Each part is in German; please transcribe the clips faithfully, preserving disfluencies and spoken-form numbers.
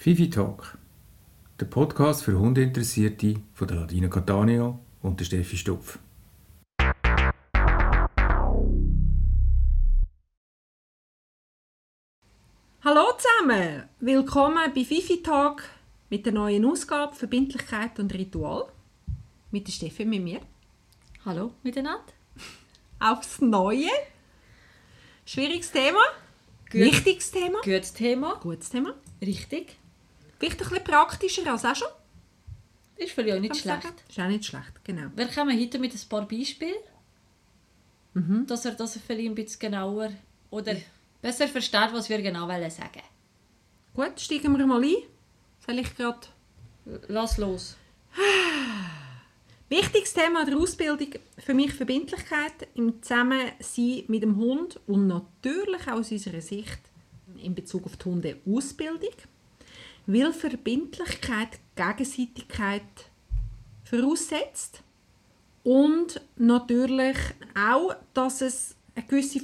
Fifi Talk, der Podcast für Hundeinteressierte von der Ladina Catania und der Steffi Stupf. Hallo zusammen, willkommen bei Fifi Talk mit der neuen Ausgabe Verbindlichkeit und Ritual. Mit der Steffi und mit mir. Hallo miteinander. Aufs Neue. Schwieriges Thema. Gut. Wichtiges Thema. Gutes Thema. Gutes Thema. Richtig. Vielleicht ein bisschen praktischer als auch schon. Ist vielleicht auch nicht Kann ich schlecht. sagen. Ist auch nicht schlecht, genau. Wir kommen heute mit ein paar Beispielen, Mhm. dass er das vielleicht ein bisschen genauer oder besser versteht, was wir genau wollen sagen. Gut, steigen wir mal ein. Soll ich gerade... Lass los. Wichtiges Thema der Ausbildung für mich Verbindlichkeit im Zusammensein mit dem Hund und natürlich aus unserer Sicht in Bezug auf die Hundeausbildung, weil Verbindlichkeit Gegenseitigkeit voraussetzt und natürlich auch, dass es eine gewisse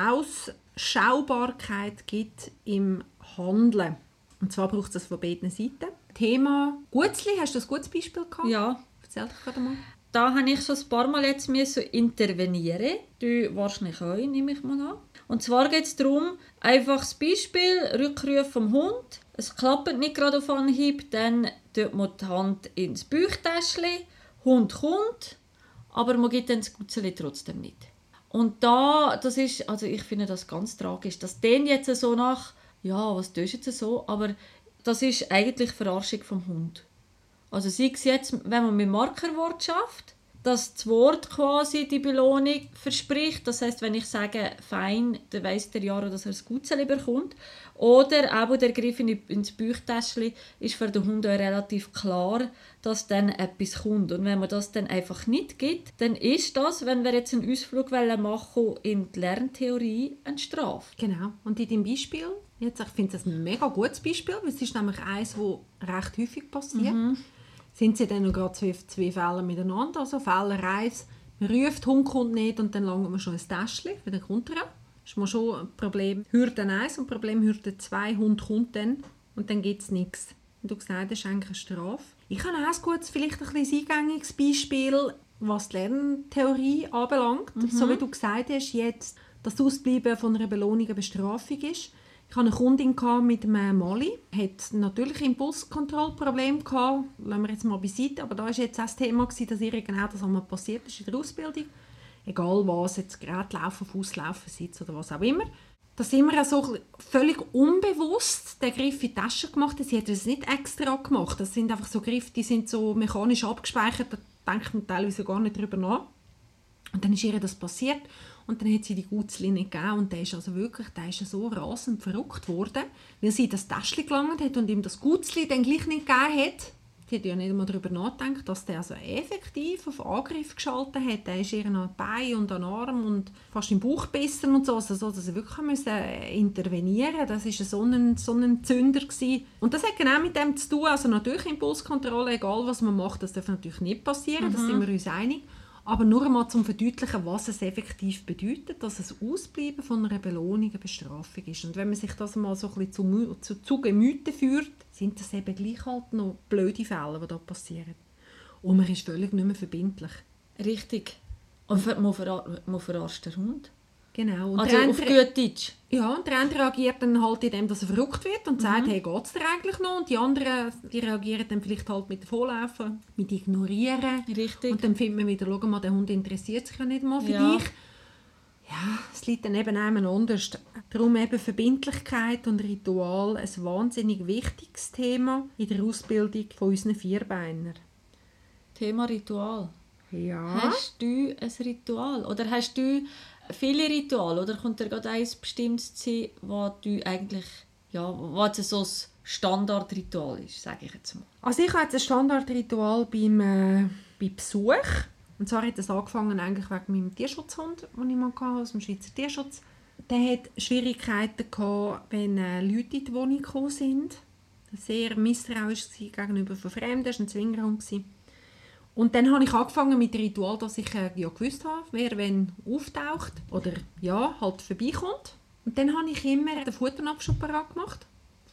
Vorausschaubarkeit gibt im Handeln. Und zwar braucht es das von beiden Seiten. Thema Gutzli, hast du ein gutes Beispiel gehabt? Ja, Erzähl doch gerade mal. da habe ich schon ein paar Mal jetzt müssen intervenieren. Du wahrscheinlich auch, nehme ich mal an. Und zwar geht es darum, einfach das Beispiel, Rückruf vom Hund. Es klappt nicht gerade auf Anhieb, dann tut man die Hand ins Bauchtäschchen, Hund kommt, aber man gibt dann das Gutzeli trotzdem nicht. Und da, das ist, also ich finde das ganz tragisch, dass den jetzt so nach, ja, was tust du jetzt so, aber das ist eigentlich Verarschung vom Hund. Also sei es jetzt, wenn man mit Markerwort schafft, dass das Wort quasi die Belohnung verspricht. Das heisst, wenn ich sage «fein», dann weiss der Jaro, dass er das Gutzeli bekommt. Oder auch der Griff in- ins Bauchtäschchen ist für den Hund auch relativ klar, dass dann etwas kommt. Und wenn man das dann einfach nicht gibt, dann ist das, wenn wir jetzt einen Ausflug machen wollen in die Lerntheorie, eine Strafe. Genau. Und in deinem Beispiel, jetzt, ich finde es ein mega gutes Beispiel, weil es ist nämlich eines, das recht häufig passiert. Mhm. Sind sie dann noch gerade zwei, zwei Fälle miteinander, also Fälle Reis, man ruft, der Hund kommt nicht und dann langt man schon ein Täschchen, für den kommt er. Das ist mal schon ein Problem. Hürde eins und Problem Hürde zwei, Hund kommt dann und dann gibt es nichts. Und du gesagt, das ist eigentlich eine Strafe. Ich habe auch ein gutes, vielleicht ein bisschen eingängiges Beispiel, was die Lerntheorie anbelangt. Mhm. So wie du gesagt hast, jetzt, dass das Ausbleiben von einer Belohnung eine Bestrafung ist. Ich hatte eine Kundin mit einem Mali, hat natürlich Impulskontrollprobleme gehabt, lassen wir jetzt mal beiseite, aber da war jetzt auch das Thema, dass ihr genau das einmal passiert ist in der Ausbildung. Egal was, jetzt Gerät laufen, Fuß laufen, Sitz oder was auch immer. Da sind wir auch so völlig unbewusst den Griff in die Tasche gemacht. Sie hat das nicht extra gemacht. Das sind einfach so Griffe, die sind so mechanisch abgespeichert, da denkt man teilweise gar nicht drüber nach. Und dann ist ihr das passiert und dann hat sie die Gutzli nicht gegeben und der ist also wirklich, der ist so rasend verrückt worden, weil sie das Täschchen gelangt hat und ihm das Gutzli dann gleich nicht gegeben hat. Die hat ja nicht einmal darüber nachgedacht, dass der also effektiv auf Angriff geschaltet hat. Der ist ihr an Bein und an Arm und fast im Bauch gebissen und so, also so, dass sie wirklich müssen intervenieren. Das war so ein, so ein Zünder gewesen. Und das hat genau mit dem zu tun, also natürlich Impulskontrolle, egal was man macht, das darf natürlich nicht passieren, mhm. Da sind wir uns einig. Aber nur einmal zum Verdeutlichen, was es effektiv bedeutet, dass das Ausbleiben von einer Belohnung eine Bestrafung ist. Und wenn man sich das mal so ein bisschen zu, zu, zu Gemüte führt, sind das eben gleich halt noch blöde Fälle, die da passieren. Und man ist völlig nicht mehr verbindlich. Richtig. Und man, verar- man verarscht den Hund. Genau. Und Also der auf andere, gut Deutsch. ja, und der andere reagiert dann halt in dem, dass er verrückt wird und sagt, Mhm. hey, geht es dir eigentlich noch? Und die anderen, die reagieren dann vielleicht halt mit Vorlaufen, mit Ignorieren. Richtig. Und dann findet man wieder, schau mal, der Hund interessiert sich ja nicht mal für Ja. dich. Ja, es liegt dann eben einmal anders. Darum eben Verbindlichkeit und Ritual ein wahnsinnig wichtiges Thema in der Ausbildung von unseren Vierbeinern. Thema Ritual. Ja. Hast du ein Ritual? Oder hast du viele Rituale? Oder kommt dir gerade eins bestimmtes zu sein, was du eigentlich, ja, was so ein Standardritual ist, sage ich jetzt mal. Also ich habe jetzt ein Standardritual beim, äh, bei Besuch. Und zwar hat es angefangen eigentlich wegen meinem Tierschutzhund, den ich mal hatte, aus dem Schweizer Tierschutz. Der hat Schwierigkeiten gehabt, wenn äh, Leute in die Wohnung gekommen sind. Sehr misstrauisch gegenüber von Fremden, das war ein Zwingerhund. Und dann habe ich angefangen mit dem Ritual, dass ich äh, ja gewusst habe, wer wenn auftaucht oder ja, halt vorbeikommt. Und dann habe ich immer den Futterabschub parat gemacht.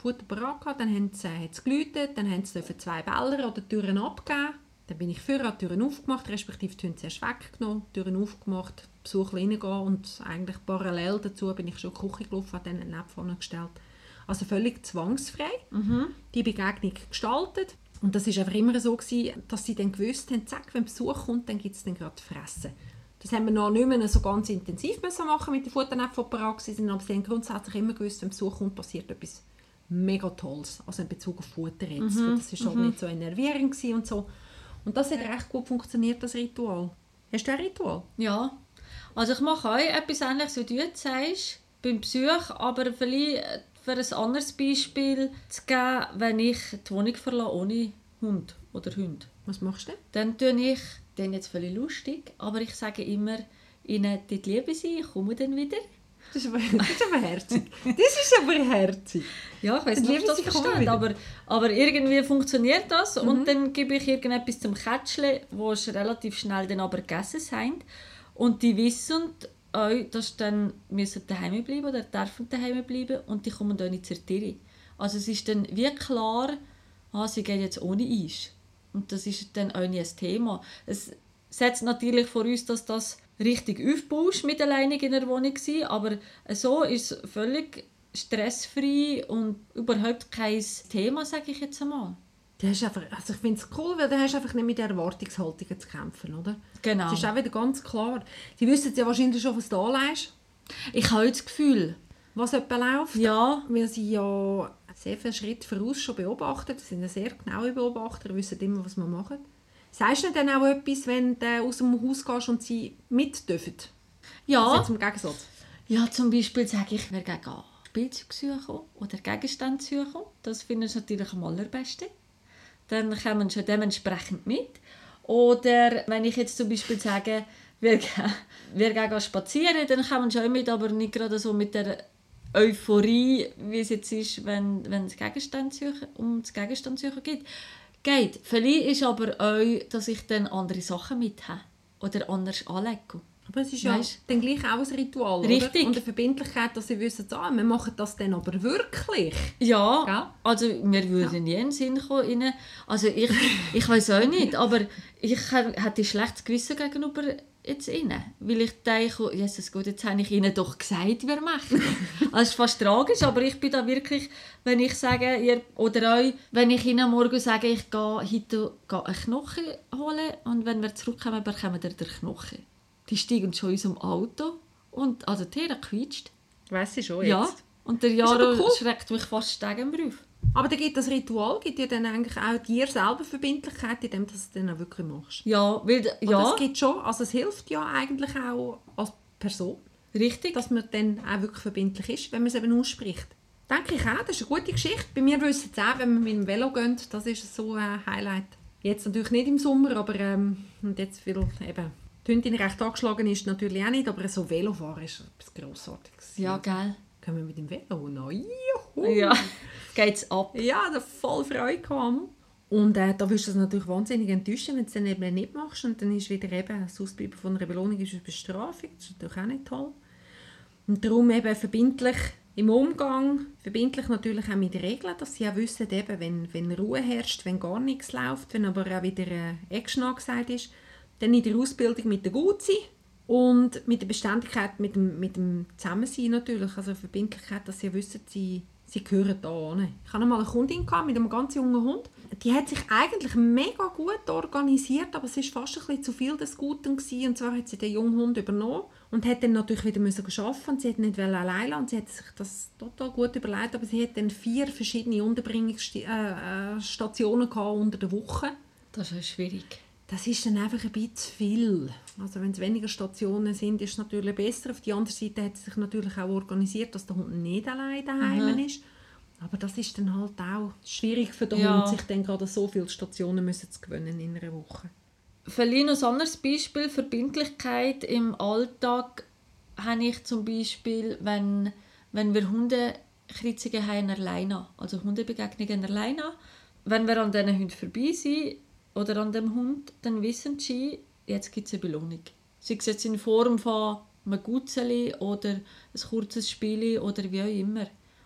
Futter bereit gehabt, dann haben sie, äh, hat's geläutet, dann haben sie zwei Bäller oder Türen abgegeben. Dann bin ich vorher die Türen aufgemacht, respektive die Hunde zuerst weggenommen, die Türen aufgemacht, Besuch reingehen und eigentlich parallel dazu bin ich schon in die Küche gelaufen, habe dann einen Napf gestellt. Also völlig zwangsfrei, Mhm. die Begegnung gestaltet. Und das war einfach immer so gewesen, dass sie dann gewusst haben, zack, wenn Besuch kommt, dann gibt es dann gerade Fressen. Das haben wir noch nicht mehr so ganz intensiv müssen machen mit den Futternäpfen, die parat waren, aber sie haben grundsätzlich immer gewusst, wenn Besuch kommt, passiert etwas mega Tolles. Also in Bezug auf Futter jetzt. Mhm. Das war halt nicht so enervierend und so. Und das hat recht gut funktioniert, das Ritual. Hast du ein Ritual? Ja, also ich mache auch etwas Ähnliches, wie du jetzt sagst, beim Besuch, aber vielleicht für ein anderes Beispiel zu geben, wenn ich die Wohnung verlasse ohne Hund oder Hund. Was machst du Dann denn? tue ich, das ist jetzt völlig lustig, aber ich sage immer, ihnen dort liebe sie, ich komme dann wieder. Das ist aber, das ist aber herzig. Das ist aber herzig. Ja, ich weiss Dann nicht, liebe ob sie, das komm versteht, wieder. aber, aber irgendwie funktioniert das Mhm. und dann gebe ich irgendetwas zum Kätzchen, wo es relativ schnell dann aber gegessen haben und die wissen auch, dass dann müssen daheim bleiben oder dürfen daheim bleiben und die kommen dann nicht zur Tiere. Also es ist dann wie klar, ah, sie gehen jetzt ohne Eis und das ist dann auch nicht ein Thema. Es setzt natürlich voraus, dass das richtig aufbaust mit alleine in der Wohnung war, aber so ist es völlig stressfrei und überhaupt kein Thema, sage ich jetzt einmal. Du hast einfach, also ich finde es cool, weil du hast einfach nicht mit der Erwartungshaltung zu kämpfen, oder? Genau. Das ist auch wieder ganz klar. Sie wissen ja wahrscheinlich schon, was du anlegst, Ich habe das Gefühl, was etwa läuft. ja, Weil sie ja sehr viele Schritte voraus schon beobachten. Sie sind ja sehr genaue Beobachter, wissen immer, was wir machen. Sagst du dann auch etwas, wenn du aus dem Haus gehst und sie mit dürfen? ja, Also jetzt im Gegensatz. ja, zum Beispiel sage ich, wer gegen Spielzeug suchen oder Gegenstände suchen. Das finde ich natürlich am allerbesten. Dann kommen sie dementsprechend mit. Oder wenn ich jetzt zum Beispiel sage, wir, wir gehen spazieren, dann kommen sie auch mit, aber nicht gerade so mit der Euphorie, wie es jetzt ist, wenn, wenn es Gegenstände suchen, um das Gegenstand suchen geht. geht. Vielleicht ist aber auch, dass ich dann andere Sachen mit habe oder anders anlege. Aber es ist ja Weißt? dann gleich auch ein Ritual, Richtig. oder? Und eine Verbindlichkeit, dass sie wissen, ah, wir machen das dann aber wirklich. Ja, Gell? also mir würde nie in den Sinn kommen, ihnen, also ich, ich weiß auch nicht, aber ich hätte ein schlechtes Gewissen gegenüber jetzt ihnen, weil ich denke, Jesus Gott, jetzt habe ich ihnen doch gesagt, wer macht. Also es ist fast tragisch, aber ich bin da wirklich, wenn ich sage, ihr, oder auch, wenn ich ihnen morgen sage, ich gehe heute gehe einen Knochen holen und wenn wir zurückkommen, bekommen wir den Knochen. Die steigen schon in unserem Auto und also die Tiere quietscht. Weiss ich schon jetzt. Ja, und der aber Jaro cool. schreckt mich fast stegenbrief. Aber dann gibt das Ritual, gibt dir dann eigentlich auch dir selber Verbindlichkeit, in dem, dass du es dann auch wirklich machst. Ja, weil, Und ja, das gibt schon, also es hilft ja eigentlich auch als Person, richtig. dass man dann auch wirklich verbindlich ist, wenn man es eben ausspricht. Denke ich auch, das ist eine gute Geschichte. Bei mir wissen es auch, wenn wir mit dem Velo gehen, das ist so ein Highlight. Jetzt natürlich nicht im Sommer, aber ähm, und jetzt, weil eben die Hündin recht angeschlagen ist, natürlich auch nicht, aber so Velofahren ist etwas Grossartiges. Ja, gell. Können wir mit dem Velo? Na, juhu. Ja, geht's ab. Ja, da voll Freude gehabt. Und äh, da wirst du es natürlich wahnsinnig enttäuschen, wenn du es dann eben nicht machst. Und dann ist wieder eben das Ausbleiben von einer Belohnung ist eine Bestrafung. Das ist natürlich auch nicht toll. Und darum eben verbindlich im Umgang, verbindlich natürlich auch mit Regeln, dass sie auch wissen, eben, wenn, wenn Ruhe herrscht, wenn gar nichts läuft, wenn aber auch wieder äh, Action angesagt ist, dann in der Ausbildung mit der Gutsein und mit der Beständigkeit, mit dem, mit dem Zusammensein natürlich, also Verbindlichkeit, dass sie wissen, sie, sie gehören da hin. Ich hatte mal eine Kundin mit einem ganz jungen Hund. Die hat sich eigentlich mega gut organisiert, aber es war fast ein bisschen zu viel des Guten gewesen. Und zwar hat sie den jungen Hund übernommen und hat dann natürlich wieder müssen arbeiten und sie hat nicht allein lassen und sie hat sich das total gut überlegt, aber sie hat dann vier verschiedene Unterbringungsstationen gehabt unter der Woche. Das ist schwierig. Das ist dann einfach ein bisschen zu viel. Also wenn es weniger Stationen sind, ist es natürlich besser. Auf der anderen Seite hat sie sich natürlich auch organisiert, dass der Hund nicht allein daheim Mhm. ist. Aber das ist dann halt auch schwierig für den Ja. Hund, sich dann gerade so viele Stationen müssen zu gewöhnen in einer Woche. Vielleicht noch ein anderes Beispiel, Verbindlichkeit im Alltag, habe ich zum Beispiel, wenn, wenn wir Hundekreuzungen haben alleine, also Hundebegegnungen alleine, wenn wir an diesen Hunden vorbei sind oder an dem Hund, dann wissen sie, jetzt gibt es eine Belohnung. Sei es jetzt in Form von einem Gutzeli oder ein kurzes Spiel oder wie auch immer.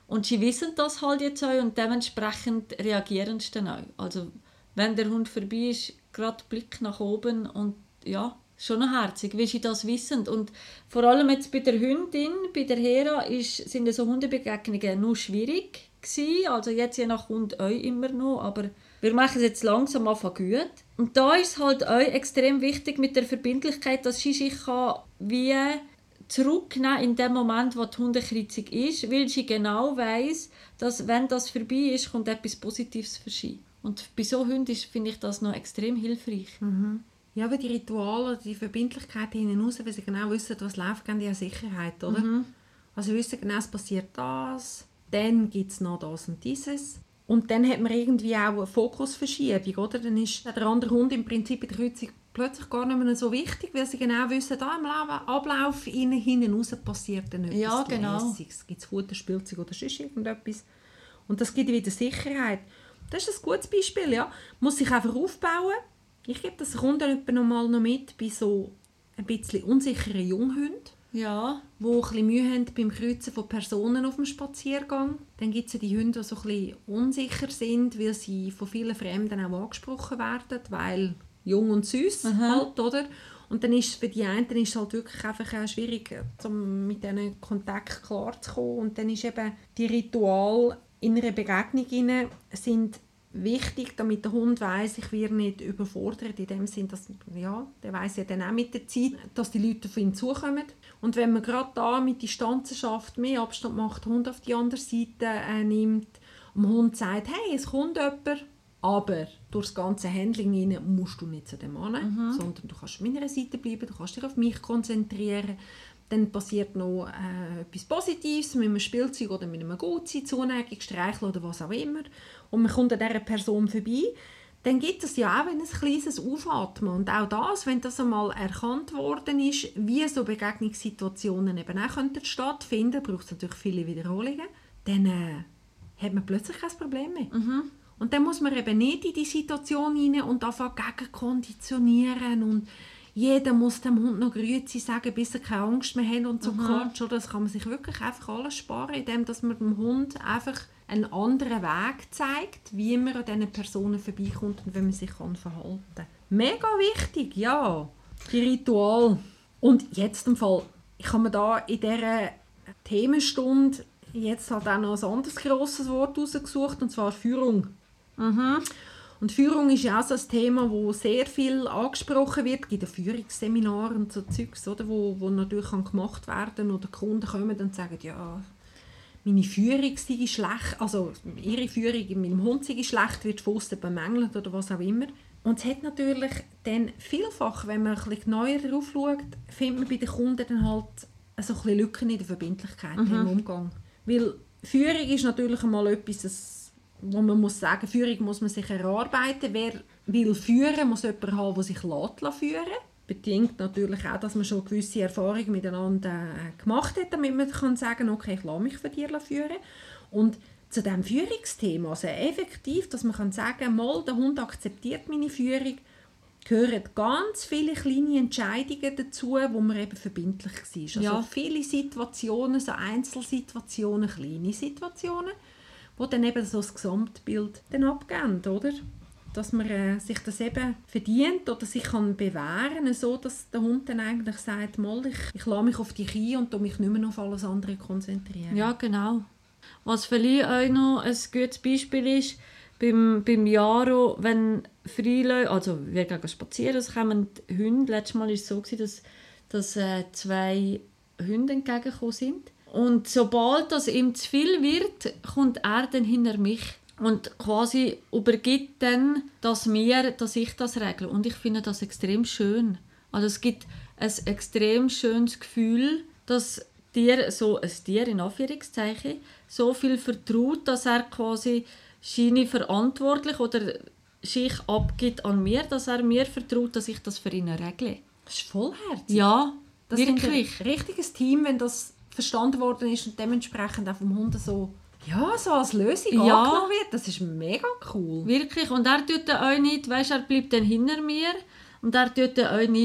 Und sie wissen das halt jetzt auch und dementsprechend reagieren sie dann auch. Also wenn der Hund vorbei ist, gerade Blick nach oben und ja, schon noch herzig, wie sie das wissen. Und vor allem jetzt bei der Hündin, bei der Hera, ist, sind so Hundebegegnungen nur schwierig gewesen. Also jetzt je nach Hund auch immer noch, aber wir machen es jetzt langsam einfach gut. Und da ist es halt auch extrem wichtig mit der Verbindlichkeit, dass sie sich kann wie zurücknehmen in dem Moment, wo die Hundekreuzung ist, weil sie genau weiss, dass wenn das vorbei ist, kommt etwas Positives für sie. Und bei so Hunden finde ich das noch extrem hilfreich. Mhm. Ja, aber die Rituale, die Verbindlichkeit hinten raus, weil sie genau wissen, was läuft, geben die ja Sicherheit, oder? Mhm. Also sie wissen genau, es passiert das, dann gibt es noch das und dieses. Und dann hat man irgendwie auch eine Fokusverschiebung, oder? Dann ist der andere Hund im Prinzip in der Kreuzung plötzlich gar nicht mehr so wichtig, weil sie genau wissen, da im Ablauf innen hinten raus passiert dann etwas ja, genau. Lässiges. Gibt es Futter, Spielzeug oder sonst irgendetwas. Und das gibt wieder Sicherheit. Das ist ein gutes Beispiel, ja. Man muss sich einfach aufbauen. Ich gebe das Kunden noch mal noch mit bei so ein bisschen unsicheren Junghunden, ja. die ein bisschen Mühe haben beim Kreuzen von Personen auf dem Spaziergang. Dann gibt es ja die Hunde, die so ein bisschen unsicher sind, weil sie von vielen Fremden auch angesprochen werden, weil jung und süß halt, oder? Und dann ist es für die einen ist es halt wirklich einfach auch schwierig, um mit diesen Kontakt klarzukommen. Und dann ist eben die Ritual in einer Begegnung sind wichtig, damit der Hund weiss, ich werde nicht überfordert, in dem Sinn, dass ja, der weiss ja dann auch mit der Zeit, dass die Leute auf ihn zukommen. Und wenn man gerade da mit Distanzen schafft, mehr Abstand macht, den Hund auf die andere Seite äh, nimmt, und der Hund sagt, hey, es kommt jemand, aber durch das ganze Handling rein musst du nicht zu dem Mann, mhm. sondern du kannst auf meiner Seite bleiben, du kannst dich auf mich konzentrieren. Dann passiert noch äh, etwas Positives mit einem Spielzeug oder mit einem Gutsein, Zuneigung, Streicheln oder was auch immer. Und man kommt an dieser Person vorbei. Dann gibt es ja auch ein kleines Aufatmen. Und auch das, wenn das einmal erkannt worden ist, wie so Begegnungssituationen eben auch stattfinden könnten, braucht es natürlich viele Wiederholungen, dann äh, hat man plötzlich kein Problem mehr. Mhm. Und dann muss man eben nicht in die Situation rein und anfangen gegen konditionieren und jeder muss dem Hund noch Grüezi sagen, bis er keine Angst mehr hat und so mhm. Quatsch. Das kann man sich wirklich einfach alles sparen, indem dass man dem Hund einfach einen anderen Weg zeigt, wie man an diesen Personen vorbeikommt und wie man sich kann verhalten kann. Mega wichtig, ja. Die Ritual. Und jetzt im Fall, ich habe mir da in dieser Themenstunde jetzt halt auch noch ein anderes grosses Wort rausgesucht, und zwar Führung. Mhm. Und Führung ist ja auch so ein Thema, wo sehr viel angesprochen wird. Es gibt ein Führungsseminar und so Zeugs, oder, wo, wo natürlich gemacht werden kann. Oder die Kunden kommen und sagen, ja, meine Führung sei schlecht, also ihre Führung in meinem Hund sei schlecht, wird von aussen bemängelt oder was auch immer. Und es hat natürlich dann vielfach, wenn man ein bisschen genauer darauf schaut, findet man bei den Kunden dann halt so ein bisschen Lücken in der Verbindlichkeit mhm. im Umgang. Weil Führung ist natürlich einmal etwas, wo man muss sagen, Führung muss man sich erarbeiten. Wer will führen, muss jemanden haben, der sich führen lässt. Bedingt natürlich auch, dass man schon gewisse Erfahrungen miteinander äh, gemacht hat, damit man kann sagen, okay, ich lasse mich von dir führen. Und zu diesem Führungsthema, also effektiv, dass man kann sagen, mal, der Hund akzeptiert meine Führung, gehören ganz viele kleine Entscheidungen dazu, wo man eben verbindlich war. Also ja. viele Situationen, so Einzelsituationen, kleine Situationen, wo dann eben so das Gesamtbild dann abgeben, oder? Dass man äh, sich das eben verdient oder sich kann bewähren, so dass der Hund dann eigentlich sagt, mal, ich, ich lasse mich auf dich ein und mich nicht mehr auf alles andere konzentrieren. Ja, genau. Was vielleicht auch noch ein gutes Beispiel ist, beim, beim Jaro, wenn Freileute, also wir gehen spazieren, es kommen Hunde. Letztes Mal war es so, dass, dass äh, zwei Hunde entgegengekommen sind. Und sobald das ihm zu viel wird, kommt er dann hinter mich und quasi übergibt dann, dass, wir, dass ich das regle. Und ich finde das extrem schön. Also es gibt ein extrem schönes Gefühl, dass dir, so ein Tier in Anführungszeichen, so viel vertraut, dass er quasi seine verantwortlich oder sich abgibt an mir, dass er mir vertraut, dass ich das für ihn regle. Das ist vollherzig. Ja, das wirklich. ist ein richtiges Team, wenn das verstanden worden ist und dementsprechend auch vom Hund so, ja, so als Lösung ja. angenommen wird. Das ist mega cool. Wirklich. Und er tut auch nicht, weißt, er bleibt dann hinter mir und er tut auch nicht,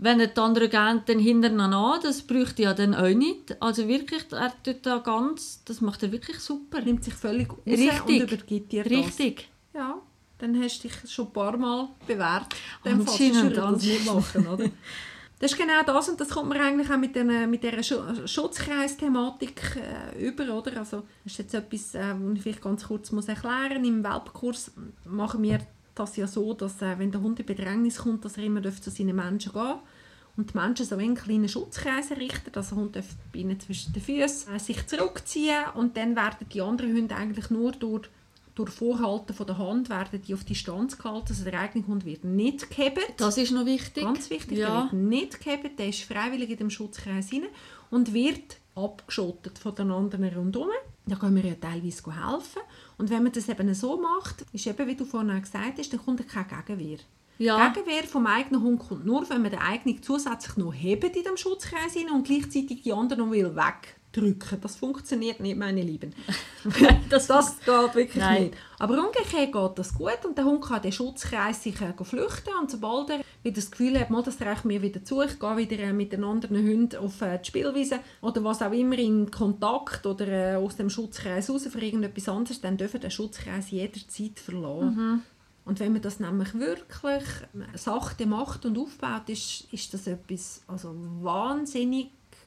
wenn er die anderen gehen, dann hintereinander an, das bräuchte ja dann auch nicht. Also wirklich, er tut da ganz, das macht er wirklich super. Er nimmt sich völlig raus Richtig. und übergibt dir das. Richtig. Ja, dann hast du dich schon ein paar Mal bewährt. Anscheinend, das nicht machen, oder? Das ist genau das und das kommt man eigentlich auch mit, den, mit dieser Schu- Schutzkreis-Thematik äh, über, oder? Also, das ist jetzt etwas, äh, was ich vielleicht ganz kurz muss erklären muss. Im Welpenkurs machen wir das ja so, dass äh, wenn der Hund in Bedrängnis kommt, dass er immer zu seinen Menschen gehen darf. Und die Menschen so einen kleinen Schutzkreis errichten. Also der Hund darf bei ihnen zwischen den Füßen äh, sich zurückziehen und dann werden die anderen Hunde eigentlich nur durch, durch Vorhalten von der Hand werden die auf Distanz gehalten. Also der eigene Hund wird nicht gehebt. Das ist noch wichtig. Ganz wichtig, Ja. der wird nicht gehebt, der ist freiwillig in dem Schutzkreis hinein und wird abgeschottet von den anderen rundherum. Da können wir ja teilweise helfen. Und wenn man das eben so macht, ist eben, wie du vorhin gesagt hast, dann kommt keine Gegenwehr. Ja. Gegenwehr vom eigenen Hund kommt nur, wenn man den eigenen zusätzlich noch hebt in dem Schutzkreis hinein und gleichzeitig die anderen noch will wegdrücken. Das funktioniert nicht, meine Lieben. das, das geht wirklich Nein. nicht. Aber umgekehrt geht das gut und der Hund kann den Schutzkreis sich äh, flüchten und sobald er wieder das Gefühl hat, mal, das reicht mir wieder zu, ich gehe wieder äh, mit den anderen Hunden auf äh, die Spielwiese oder was auch immer in Kontakt oder äh, aus dem Schutzkreis raus für irgendetwas anderes, dann dürfen den Schutzkreis jederzeit verlassen. Mhm. Und wenn man das nämlich wirklich sachte macht und aufbaut, ist, ist das etwas also wahnsinnig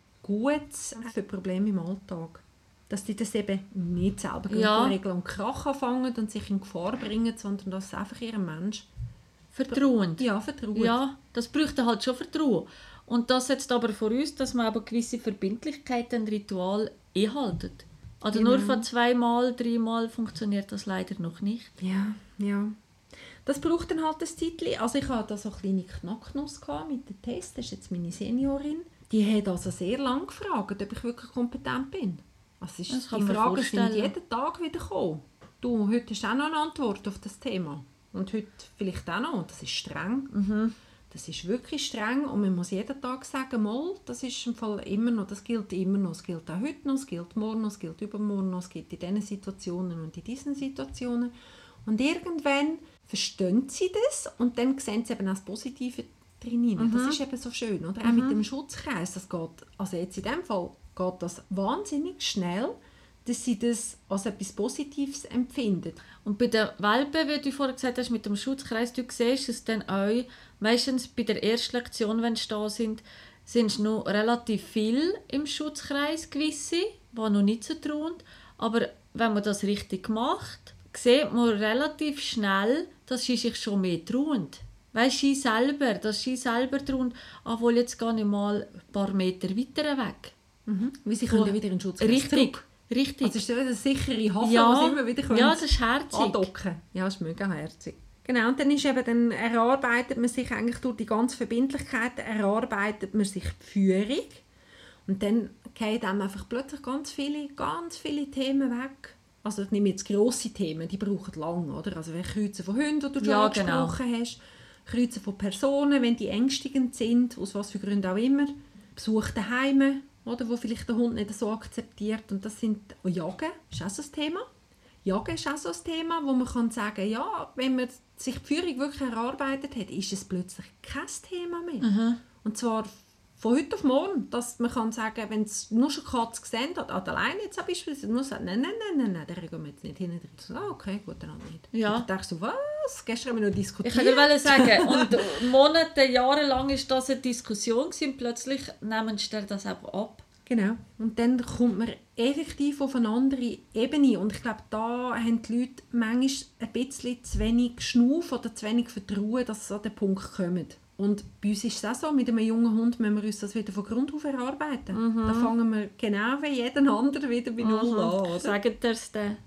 Gutes für Probleme im Alltag. Dass die das eben nicht selber Ja. regeln und Krach anfangen und sich in Gefahr bringen, sondern dass sie einfach ihrem Mensch Vertrauend. ja, vertrauen. Ja, das bräuchte halt schon Vertrauen. Und das setzt aber voraus, dass man aber gewisse Verbindlichkeiten und Ritual einhalten. Also Genau. nur von zweimal, dreimal funktioniert das leider noch nicht. Ja, ja. Das braucht dann halt ein Zeitchen. Also ich hatte da so eine kleine Knacknuss mit dem Test. Das ist jetzt meine Seniorin. Die hat also sehr lange gefragt, ob ich wirklich kompetent bin. Also ist, Das kann die man Fragen sind vorstellen. jeden Tag wieder gekommen. Du, heute hast du auch noch eine Antwort auf das Thema. Und heute vielleicht auch noch. Das ist streng. Mhm. Das ist wirklich streng und man muss jeden Tag sagen, mal, das ist im Fall immer noch, das gilt immer noch, es gilt auch heute noch, es gilt morgen noch, es gilt übermorgen noch, es gilt in diesen Situationen und in diesen Situationen. Und irgendwann verstehen sie das und dann sehen sie eben auch das Positive drin. Mhm. Das ist eben so schön, oder? Auch Mhm. mit dem Schutzkreis, das geht, also jetzt in dem Fall geht das wahnsinnig schnell, dass sie das als etwas Positives empfinden. Und bei den Welpen, wie du vorher gesagt hast, mit dem Schutzkreis, du siehst es dann auch, meistens bei der ersten Lektion, wenn sie da sind, sind es noch relativ viel im Schutzkreis, gewisse, die noch nicht so trauen. Aber wenn man das richtig macht, sieht man relativ schnell, dass sie sich schon mehr trauen. Weißt du, sie selber, dass sie selber trauen, obwohl jetzt gar nicht mal ein paar Meter weiter weg. Mhm. Weil sie können ja wieder in den Schutzkreis Richtig, zurück. richtig. Also ist das eine sichere Hafen, Ja. wo sie immer wieder können Ja, das ist herzig. andocken. Ja, das ist mega herzig. Genau, und dann, ist eben, dann erarbeitet man sich eigentlich durch die ganze Verbindlichkeit, erarbeitet man sich die Führung. Und dann fallen einem einfach plötzlich ganz viele, ganz viele Themen weg. Also ich nehme jetzt grosse Themen, die brauchen lange, oder? Also wenn Kreuzen von Hunden, die du schon Ja, angesprochen genau. hast, Kreuzen von Personen, wenn die ängstigend sind, aus was für Gründen auch immer, Besuch daheim, oder, wo vielleicht der Hund nicht so akzeptiert. Und das sind oh, Jagen, ist auch so ein Thema. Jagen ist auch so ein Thema, wo man kann sagen, ja, wenn man sich die Führung wirklich erarbeitet hat, ist es plötzlich kein Thema mehr. Mhm. Und zwar von heute auf morgen, dass man kann sagen, wenn es nur schon Katze gesehen hat, an der Leine jetzt beispielsweise, nur sagt, nein, nein, nein, nein, nein, da gehen wir jetzt nicht hin. So, ah, okay, gut, dann nicht. Ja. Und dann dachte ich so, was? Gestern haben wir noch diskutiert. Ich wollte sagen, und Monate, Jahre lang war das eine Diskussion und plötzlich nehmen sie das auch ab. Genau. Und dann kommt man effektiv auf eine andere Ebene. Und ich glaube, da haben die Leute manchmal ein bisschen zu wenig Schnuff oder zu wenig Vertrauen, dass sie an den Punkt kommen. Und bei uns ist es auch so, mit einem jungen Hund müssen wir uns das wieder von Grund auf erarbeiten. Mhm. Da fangen wir genau wie jeden anderen wieder bei Null Mhm. an. Oder? Sagt ihr es dann?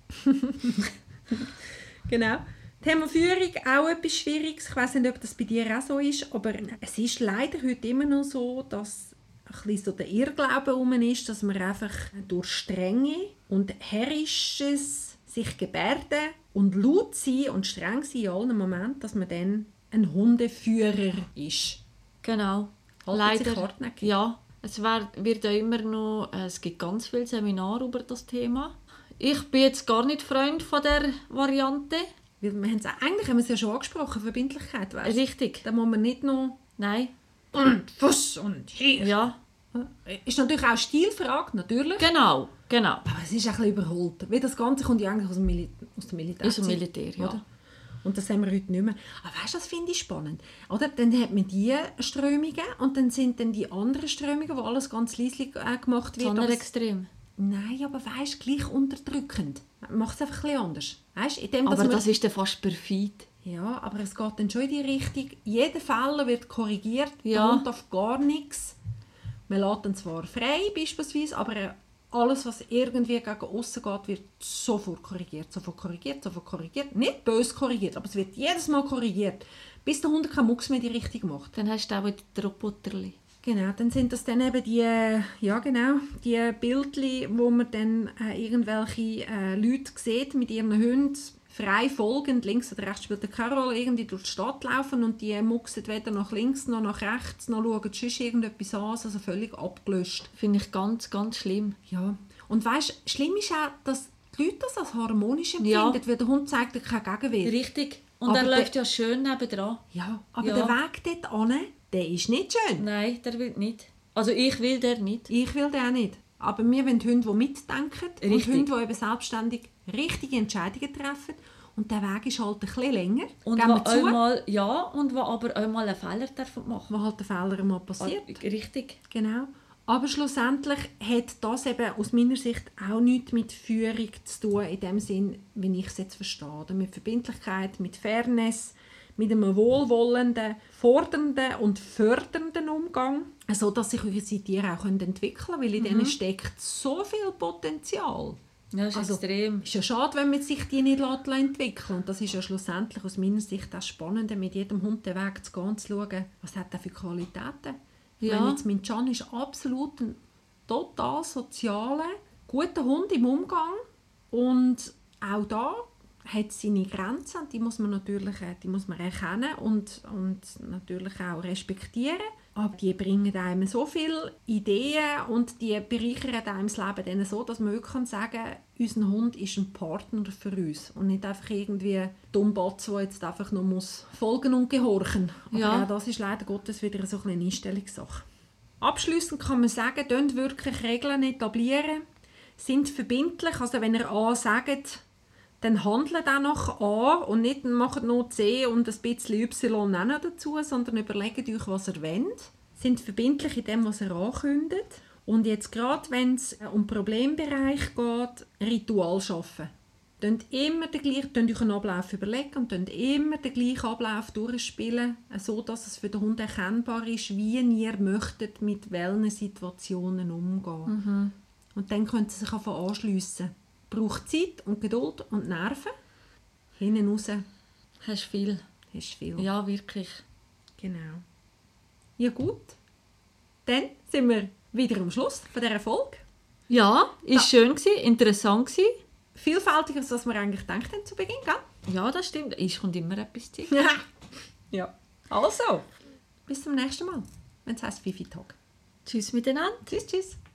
Genau. Thema Führung, auch etwas Schwieriges. Ich weiss nicht, ob das bei dir auch so ist, aber es ist leider heute immer noch so, dass ein bisschen so der Irrglaube herum ist, dass man einfach durch strenge und herrisches sich gebärden und laut sein und streng sein in allen Momenten, dass man dann ein Hundeführer ist. Genau. Haltet sich Leider. hartnäckig. Ja, es wär, wird ja immer noch, äh, es gibt ganz viele Seminare über das Thema. Ich bin jetzt gar nicht Freund von der Variante. Weil wir haben es, eigentlich haben wir es ja schon angesprochen, Verbindlichkeit. Weißt? Richtig. Da muss man nicht noch Nein. und Fuss und hier. Ja, Ist natürlich auch Stilfrage, natürlich. genau, genau. Aber es ist ein bisschen überholt. Weil das Ganze kommt ja eigentlich aus dem, Mil- aus dem Militär. Ist ein Militär, ja. Oder? Und das haben wir heute nicht mehr. Aber weißt du, das finde ich spannend. Oder? Dann hat man diese Strömungen und dann sind dann die anderen Strömungen, wo alles ganz leislich äh, gemacht wird. Das aber es- extrem. Nein, aber weißt du, gleich unterdrückend. Man macht es einfach ein bisschen anders. Weißt, in dem, dass Aber man, das ist dann fast perfid. ja, aber es geht dann schon in die Richtung, jeder Fall wird korrigiert, Ja. der Hund darf gar nichts. Man lässt ihn zwar frei, beispielsweise, aber äh, alles, was irgendwie gegen aussen geht, wird sofort korrigiert, sofort korrigiert, sofort korrigiert. Nicht böse korrigiert, aber es wird jedes Mal korrigiert, bis der Hund keinen Mucks mehr in die Richtung macht. Dann hast du auch wieder die Roboterli. Genau, dann sind das dann eben die, ja genau, die Bildchen, wo man dann äh, irgendwelche äh, Leute sieht mit ihren Hunden frei folgend, links oder rechts spielt keine Rolle, irgendwie durch die Stadt laufen und die mucksen weder nach links noch nach rechts, noch schauen sonst irgendetwas an, also völlig abgelöscht. Finde ich ganz, ganz schlimm. Ja, und weißt, schlimm ist auch, dass die Leute das als harmonisch empfinden, Ja. weil der Hund zeigt ja keine Gegenwehr. Richtig. Und Aber er der- läuft ja schön nebendran. Ja, aber Ja. der Weg dort hin, der ist nicht schön. Nein, der will nicht. Also ich will der nicht. Ich will den auch nicht. Aber wir wollen Hunde, die mitdenken und Richtig. Hunde, die eben selbstständig richtige Entscheidungen treffen. Und der Weg ist halt ein bisschen länger. Und Geben wir wo zu, auch mal, ja, und wo aber auch mal einen Fehler dürfen machen. wo halt der Fehler mal passiert. Richtig. Genau. Aber schlussendlich hat das eben aus meiner Sicht auch nichts mit Führung zu tun, in dem Sinn, wie ich es jetzt verstehe. Oder mit Verbindlichkeit, mit Fairness, mit einem wohlwollenden, fordernden und fördernden Umgang, sodass sich unsere Tiere auch entwickeln können, weil in denen steckt so viel Potenzial. Ja, das ist Also, extrem. ist ja schade, wenn man sich die nicht lässt entwickeln. Und das ist ja schlussendlich aus meiner Sicht das Spannende, mit jedem Hund den Weg zu gehen und zu schauen, was hat er für Qualitäten. Ich Ja. meine, jetzt mein Can ist absolut ein total sozialer, guter Hund im Umgang. Und auch da hat es seine Grenzen. Und die muss man natürlich äh, die muss man erkennen und, und natürlich auch respektieren. Aber die bringen einem so viele Ideen und die bereichern einem das Leben dann so, dass man wirklich sagen kann, unser Hund ist ein Partner für uns und nicht einfach irgendwie ein Dummbatz, der jetzt einfach nur muss folgen und gehorchen. Aber Ja. auch das ist leider Gottes wieder so eine Einstellungssache. Abschliessend kann man sagen, könnt wirklich Regeln etablieren, sind verbindlich, also wenn ihr A sagt, dann handelt auch nach A und nicht macht noch C und ein bisschen Y auch noch dazu, sondern überlegt euch, was ihr wollt. Sind verbindlich in dem, was ihr ankündigt. Und jetzt gerade, wenn es um den Problembereich geht, Ritual schaffen. Tönt immer den gleichen, tönt euch einen Ablauf überlegen und tönt immer den gleichen Ablauf durchspielen, so dass es für den Hund erkennbar ist, wie ihr möchtet mit welchen Situationen umgehen. Mhm. Und dann könnt ihr sich einfach anschliessen. Braucht Zeit und Geduld und Nerven. Hinten raus Hast viel. hast du viel. Ja, wirklich. Genau. Ja gut. Dann sind wir wieder am Schluss von dieser Folge. Ja, ist schön gewesen, interessant gewesen. Vielfältiger, als wir eigentlich gedacht haben zu Beginn, gell? Ja, das stimmt. Es kommt immer etwas Zeit. Ja. Also, bis zum nächsten Mal, wenn es heisst Fifi Talk. Tschüss miteinander. Tschüss, tschüss.